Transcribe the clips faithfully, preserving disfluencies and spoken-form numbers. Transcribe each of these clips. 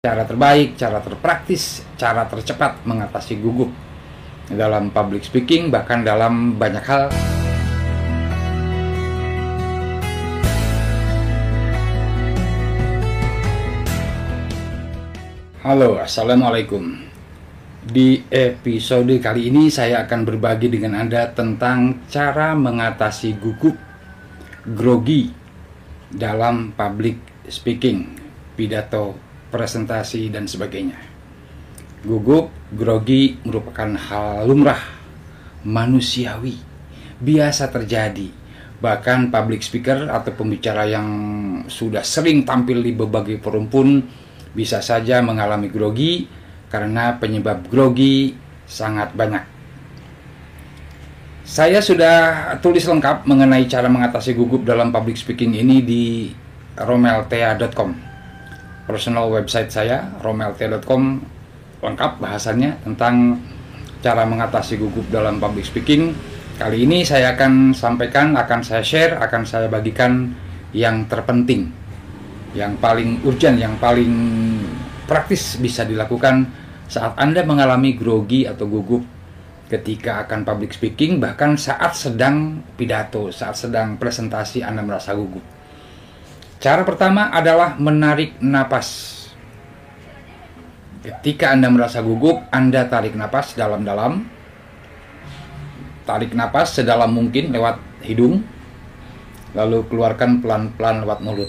Cara terbaik, cara terpraktis, cara tercepat mengatasi gugup dalam public speaking, bahkan dalam banyak hal. Halo, assalamualaikum. Di episode kali ini saya akan berbagi dengan Anda tentang cara mengatasi gugup, grogi dalam public speaking, pidato, presentasi, dan sebagainya. Gugup, grogi merupakan hal lumrah, manusiawi, biasa terjadi. Bahkan public speaker atau pembicara yang sudah sering tampil di berbagai forum pun bisa saja mengalami grogi, karena penyebab grogi sangat banyak. Saya sudah tulis lengkap mengenai cara mengatasi gugup dalam public speaking ini di romeltea dot com. Personal website saya, romeltea dot com, lengkap bahasannya tentang cara mengatasi gugup dalam public speaking. Kali ini saya akan sampaikan, akan saya share, akan saya bagikan yang terpenting, yang paling urgent, yang paling praktis bisa dilakukan saat Anda mengalami grogi atau gugup ketika akan public speaking, bahkan saat sedang pidato, saat sedang presentasi Anda merasa gugup. Cara pertama adalah menarik napas. Ketika Anda merasa gugup, Anda tarik napas dalam-dalam. Tarik napas sedalam mungkin lewat hidung, lalu keluarkan pelan-pelan lewat mulut,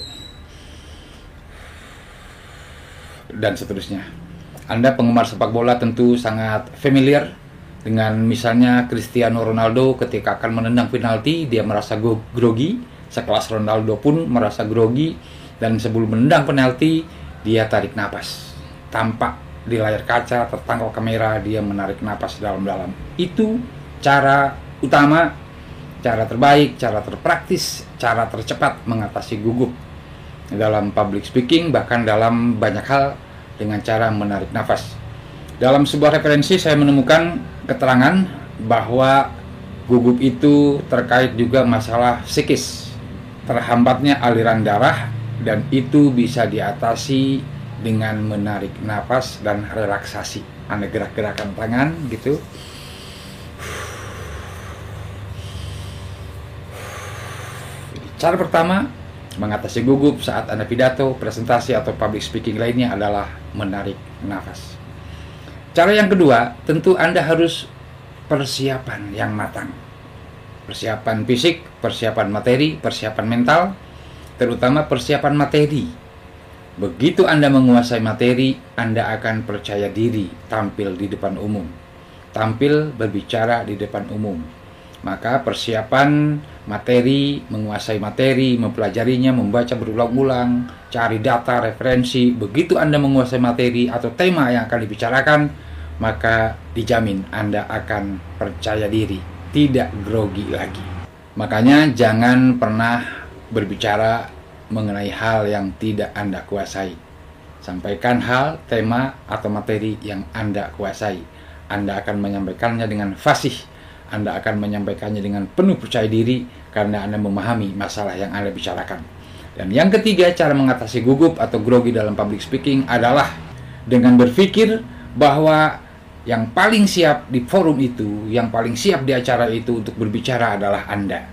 dan seterusnya. Anda penggemar sepak bola tentu sangat familiar dengan misalnya Cristiano Ronaldo ketika akan menendang penalti, dia merasa grogi. Sekelas Ronaldo pun merasa grogi, dan sebelum menendang penalti dia tarik napas. Tampak di layar kaca, tertangkap kamera, dia menarik napas dalam-dalam. Itu cara utama, cara terbaik, cara terpraktis, cara tercepat mengatasi gugup dalam public speaking, bahkan dalam banyak hal, dengan cara menarik nafas. Dalam sebuah referensi saya menemukan keterangan bahwa gugup itu terkait juga masalah psikis, terhambatnya aliran darah, dan itu bisa diatasi dengan menarik nafas dan relaksasi. Anda gerak-gerakan tangan gitu. Cara pertama mengatasi gugup saat Anda pidato, presentasi, atau public speaking lainnya adalah menarik nafas. Cara yang kedua, tentu Anda harus persiapan yang matang. Persiapan fisik, persiapan materi, persiapan mental, terutama persiapan materi. Begitu Anda menguasai materi, Anda akan percaya diri tampil di depan umum, tampil berbicara di depan umum. Maka persiapan materi, menguasai materi, mempelajarinya, membaca berulang-ulang, cari data, referensi. Begitu Anda menguasai materi atau tema yang akan dibicarakan, maka dijamin Anda akan percaya diri, tidak grogi lagi. Makanya jangan pernah berbicara mengenai hal yang tidak Anda kuasai. Sampaikan hal, tema, atau materi yang Anda kuasai. Anda akan menyampaikannya dengan fasih. Anda akan menyampaikannya dengan penuh percaya diri karena Anda memahami masalah yang Anda bicarakan. Dan yang ketiga, cara mengatasi gugup atau grogi dalam public speaking adalah dengan berpikir bahwa yang paling siap di forum itu, yang paling siap di acara itu untuk berbicara adalah Anda.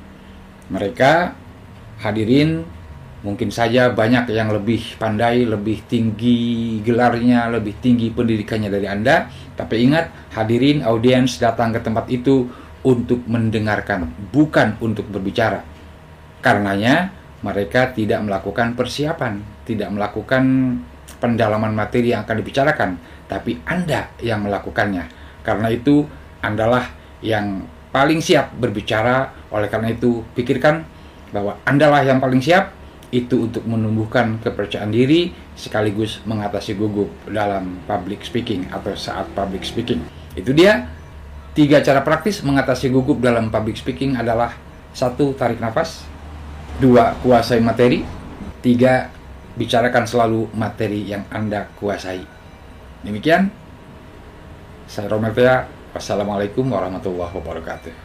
Mereka hadirin mungkin saja banyak yang lebih pandai, lebih tinggi gelarnya, lebih tinggi pendidikannya dari Anda. Tapi ingat, hadirin audiens datang ke tempat itu untuk mendengarkan, bukan untuk berbicara. Karenanya mereka tidak melakukan persiapan, tidak melakukan pendalaman materi yang akan dibicarakan, tapi Anda yang melakukannya. Karena itu, Andalah yang paling siap berbicara. Oleh karena itu, pikirkan bahwa Andalah yang paling siap itu untuk menumbuhkan kepercayaan diri sekaligus mengatasi gugup dalam public speaking atau saat public speaking. Itu dia tiga cara praktis mengatasi gugup dalam public speaking adalah: satu, tarik nafas; dua, kuasai materi; tiga, bicarakan selalu materi yang Anda kuasai. Demikian, saya Romeltea. Wassalamualaikum warahmatullahi wabarakatuh.